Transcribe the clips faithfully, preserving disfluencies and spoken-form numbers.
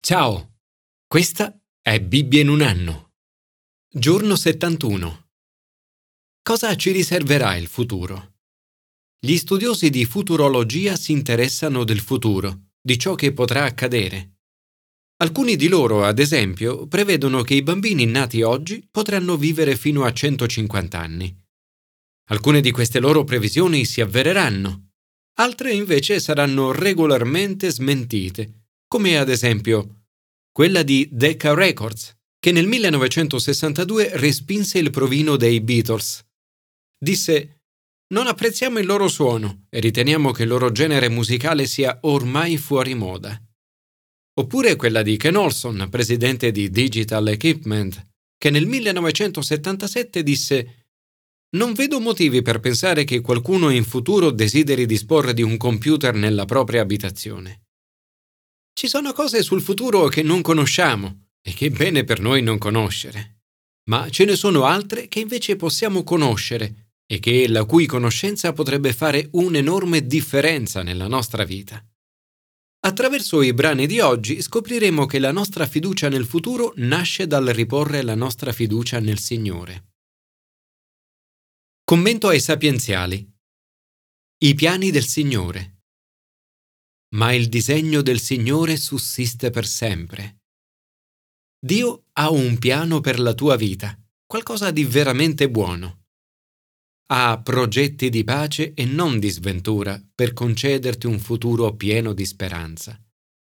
Ciao, questa è Bibbia in un anno. Giorno settantuno. Cosa ci riserverà il futuro? Gli studiosi di futurologia si interessano del futuro, di ciò che potrà accadere. Alcuni di loro, ad esempio, prevedono che i bambini nati oggi potranno vivere fino a centocinquanta anni. Alcune di queste loro previsioni si avvereranno, altre invece saranno regolarmente smentite, come ad esempio quella di Decca Records, che nel millenovecentosessantadue respinse il provino dei Beatles. Disse: «Non apprezziamo il loro suono e riteniamo che il loro genere musicale sia ormai fuori moda». Oppure quella di Ken Olson, presidente di Digital Equipment, che nel millenovecentosettantasette disse: «Non vedo motivi per pensare che qualcuno in futuro desideri disporre di un computer nella propria abitazione». Ci sono cose sul futuro che non conosciamo e che è bene per noi non conoscere, ma ce ne sono altre che invece possiamo conoscere e che la cui conoscenza potrebbe fare un'enorme differenza nella nostra vita. Attraverso i brani di oggi scopriremo che la nostra fiducia nel futuro nasce dal riporre la nostra fiducia nel Signore. Commento ai sapienziali. I piani del Signore. Ma il disegno del Signore sussiste per sempre. Dio ha un piano per la tua vita, qualcosa di veramente buono. Ha progetti di pace e non di sventura per concederti un futuro pieno di speranza.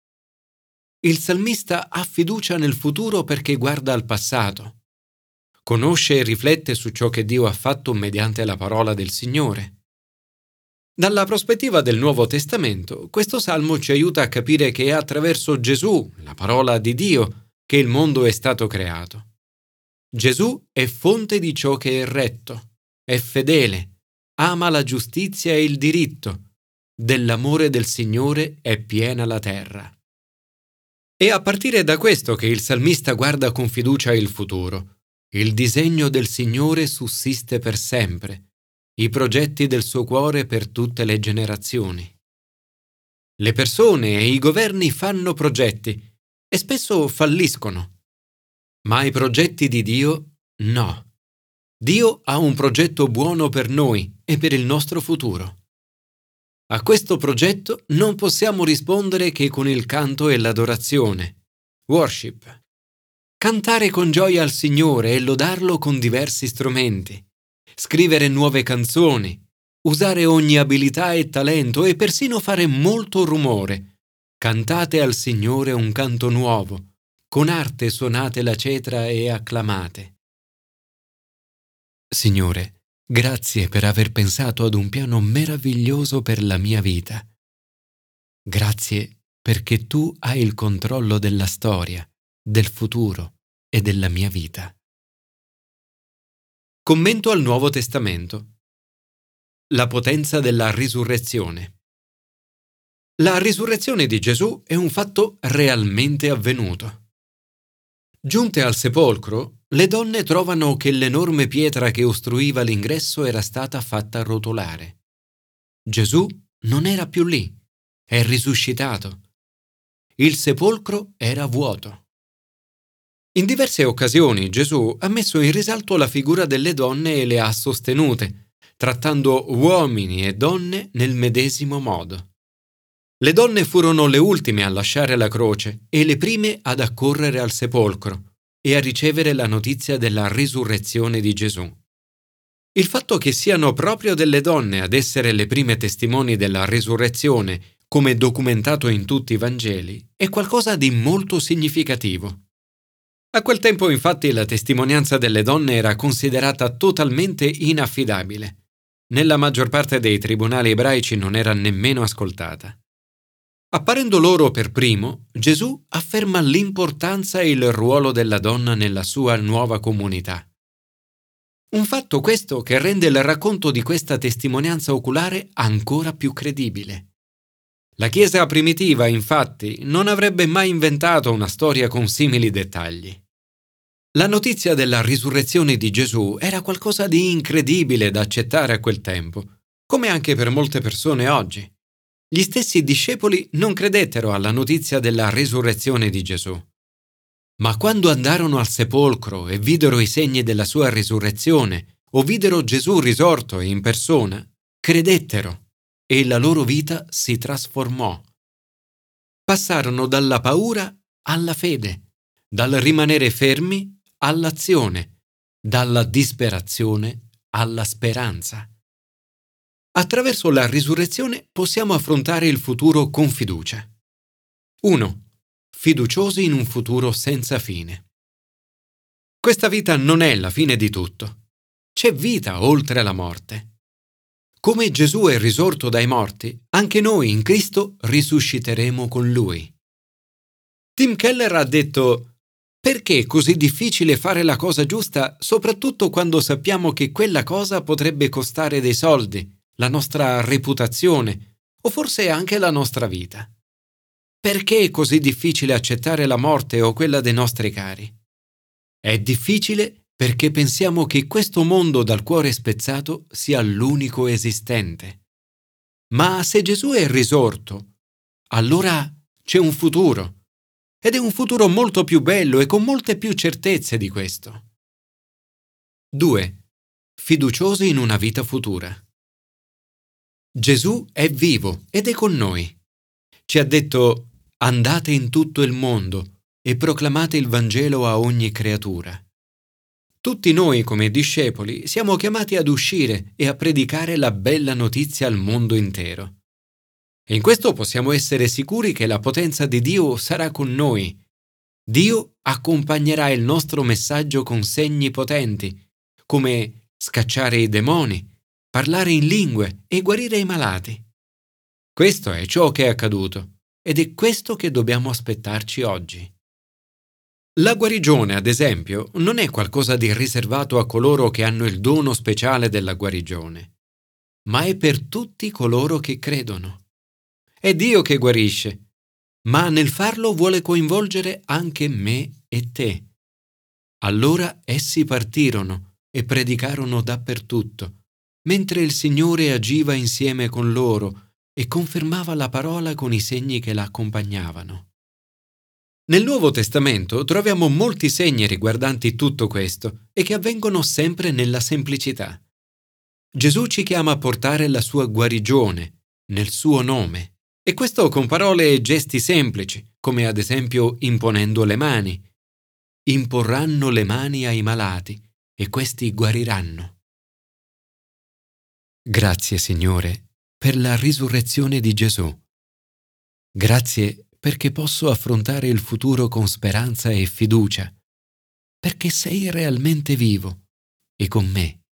Il salmista ha fiducia nel futuro perché guarda al passato. Conosce e riflette su ciò che Dio ha fatto mediante la parola del Signore. Dalla prospettiva del Nuovo Testamento, questo salmo ci aiuta a capire che è attraverso Gesù, la parola di Dio, che il mondo è stato creato. Gesù è fonte di ciò che è retto, è fedele, ama la giustizia e il diritto, dell'amore del Signore è piena la terra. È a partire da questo che il salmista guarda con fiducia il futuro. Il disegno del Signore sussiste per sempre. I progetti del suo cuore per tutte le generazioni. Le persone e i governi fanno progetti e spesso falliscono. Ma i progetti di Dio no. Dio ha un progetto buono per noi e per il nostro futuro. A questo progetto non possiamo rispondere che con il canto e l'adorazione, worship. Cantare con gioia al Signore e lodarlo con diversi strumenti. Scrivere nuove canzoni, usare ogni abilità e talento e persino fare molto rumore. Cantate al Signore un canto nuovo, con arte suonate la cetra e acclamate. Signore, grazie per aver pensato ad un piano meraviglioso per la mia vita. Grazie perché tu hai il controllo della storia, del futuro e della mia vita. Commento al Nuovo Testamento. La potenza della risurrezione. La risurrezione di Gesù è un fatto realmente avvenuto. Giunte al sepolcro, le donne trovano che l'enorme pietra che ostruiva l'ingresso era stata fatta rotolare. Gesù non era più lì, è risuscitato. Il sepolcro era vuoto. In diverse occasioni Gesù ha messo in risalto la figura delle donne e le ha sostenute, trattando uomini e donne nel medesimo modo. Le donne furono le ultime a lasciare la croce e le prime ad accorrere al sepolcro e a ricevere la notizia della risurrezione di Gesù. Il fatto che siano proprio delle donne ad essere le prime testimoni della risurrezione, come documentato in tutti i Vangeli, è qualcosa di molto significativo. A quel tempo, infatti, la testimonianza delle donne era considerata totalmente inaffidabile. Nella maggior parte dei tribunali ebraici non era nemmeno ascoltata. Apparendo loro per primo, Gesù afferma l'importanza e il ruolo della donna nella sua nuova comunità. Un fatto questo che rende il racconto di questa testimonianza oculare ancora più credibile. La Chiesa primitiva, infatti, non avrebbe mai inventato una storia con simili dettagli. La notizia della risurrezione di Gesù era qualcosa di incredibile da accettare a quel tempo, come anche per molte persone oggi. Gli stessi discepoli non credettero alla notizia della risurrezione di Gesù. Ma quando andarono al sepolcro e videro i segni della sua risurrezione o videro Gesù risorto in persona, credettero e la loro vita si trasformò. Passarono dalla paura alla fede, dal rimanere fermi all'azione, dalla disperazione alla speranza. Attraverso la risurrezione possiamo affrontare il futuro con fiducia. uno. Fiduciosi in un futuro senza fine. Questa vita non è la fine di tutto. C'è vita oltre la morte. Come Gesù è risorto dai morti, anche noi in Cristo risusciteremo con Lui. Tim Keller ha detto: perché è così difficile fare la cosa giusta, soprattutto quando sappiamo che quella cosa potrebbe costare dei soldi, la nostra reputazione o forse anche la nostra vita? Perché è così difficile accettare la morte o quella dei nostri cari? È difficile perché pensiamo che questo mondo dal cuore spezzato sia l'unico esistente. Ma se Gesù è risorto, allora c'è un futuro, ed è un futuro molto più bello e con molte più certezze di questo. due. Fiduciosi in una vita futura. Gesù è vivo ed è con noi. Ci ha detto: andate in tutto il mondo e proclamate il Vangelo a ogni creatura. Tutti noi, come discepoli, siamo chiamati ad uscire e a predicare la bella notizia al mondo intero. E in questo possiamo essere sicuri che la potenza di Dio sarà con noi. Dio accompagnerà il nostro messaggio con segni potenti, come scacciare i demoni, parlare in lingue e guarire i malati. Questo è ciò che è accaduto. Ed è questo che dobbiamo aspettarci oggi. La guarigione, ad esempio, non è qualcosa di riservato a coloro che hanno il dono speciale della guarigione, ma è per tutti coloro che credono. È Dio che guarisce, ma nel farlo vuole coinvolgere anche me e te. Allora essi partirono e predicarono dappertutto, mentre il Signore agiva insieme con loro e confermava la parola con i segni che la accompagnavano. Nel Nuovo Testamento troviamo molti segni riguardanti tutto questo e che avvengono sempre nella semplicità. Gesù ci chiama a portare la sua guarigione nel suo nome, e questo con parole e gesti semplici, come ad esempio imponendo le mani. Imporranno le mani ai malati e questi guariranno. Grazie, Signore, per la risurrezione di Gesù. Grazie perché posso affrontare il futuro con speranza e fiducia, perché sei realmente vivo e con me.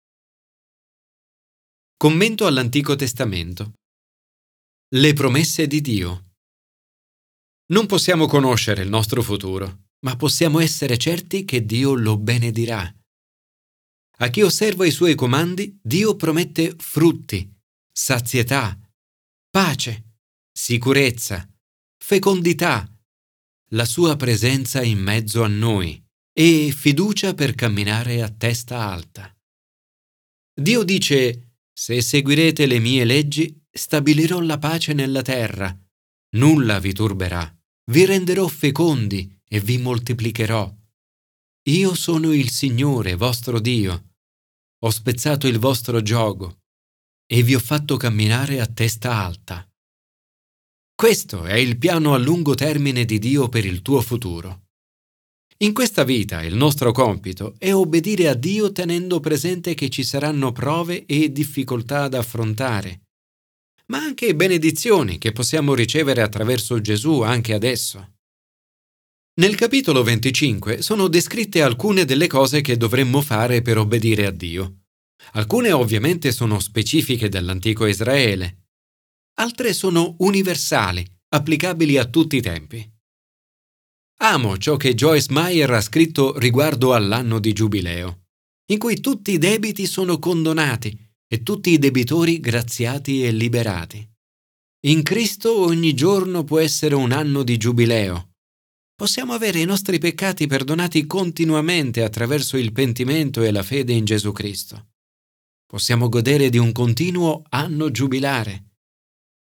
Commento all'Antico Testamento. Le promesse di Dio. Non possiamo conoscere il nostro futuro, ma possiamo essere certi che Dio lo benedirà. A chi osserva i suoi comandi, Dio promette frutti, sazietà, pace, sicurezza, fecondità, la sua presenza in mezzo a noi e fiducia per camminare a testa alta. Dio dice: se seguirete le mie leggi, stabilirò la pace nella terra, nulla vi turberà, vi renderò fecondi e vi moltiplicherò. Io sono il Signore, vostro Dio. Ho spezzato il vostro giogo e vi ho fatto camminare a testa alta. Questo è il piano a lungo termine di Dio per il tuo futuro. In questa vita il nostro compito è obbedire a Dio tenendo presente che ci saranno prove e difficoltà da affrontare, ma anche benedizioni che possiamo ricevere attraverso Gesù anche adesso. Nel capitolo venticinque sono descritte alcune delle cose che dovremmo fare per obbedire a Dio. Alcune ovviamente sono specifiche dell'antico Israele. Altre sono universali, applicabili a tutti i tempi. Amo ciò che Joyce Meyer ha scritto riguardo all'anno di Giubileo, in cui tutti i debiti sono condonati e tutti i debitori graziati e liberati. In Cristo ogni giorno può essere un anno di Giubileo. Possiamo avere i nostri peccati perdonati continuamente attraverso il pentimento e la fede in Gesù Cristo. Possiamo godere di un continuo anno giubilare.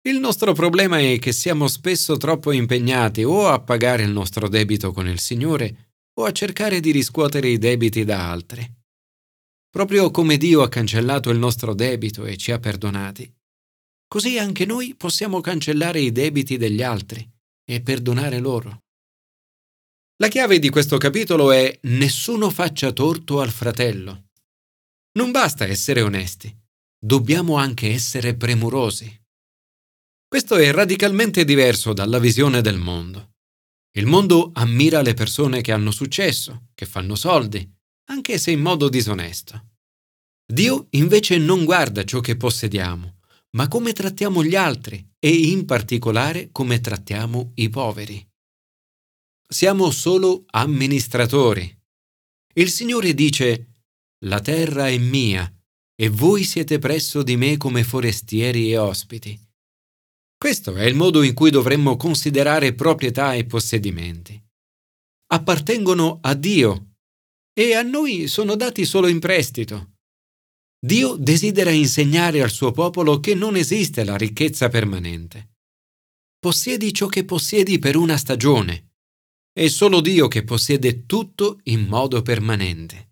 Il nostro problema è che siamo spesso troppo impegnati o a pagare il nostro debito con il Signore o a cercare di riscuotere i debiti da altri. Proprio come Dio ha cancellato il nostro debito e ci ha perdonati, così anche noi possiamo cancellare i debiti degli altri e perdonare loro. La chiave di questo capitolo è: nessuno faccia torto al fratello. Non basta essere onesti, dobbiamo anche essere premurosi. Questo è radicalmente diverso dalla visione del mondo. Il mondo ammira le persone che hanno successo, che fanno soldi, anche se in modo disonesto. Dio invece non guarda ciò che possediamo, ma come trattiamo gli altri e in particolare come trattiamo i poveri. Siamo solo amministratori. Il Signore dice: «La terra è mia e voi siete presso di me come forestieri e ospiti». Questo è il modo in cui dovremmo considerare proprietà e possedimenti. Appartengono a Dio e a noi sono dati solo in prestito. Dio desidera insegnare al suo popolo che non esiste la ricchezza permanente. Possiedi ciò che possiedi per una stagione. È solo Dio che possiede tutto in modo permanente.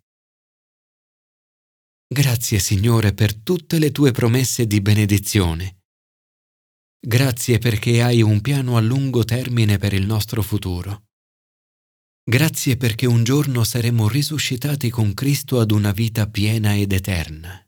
Grazie, Signore, per tutte le tue promesse di benedizione. Grazie perché hai un piano a lungo termine per il nostro futuro. Grazie perché un giorno saremo risuscitati con Cristo ad una vita piena ed eterna.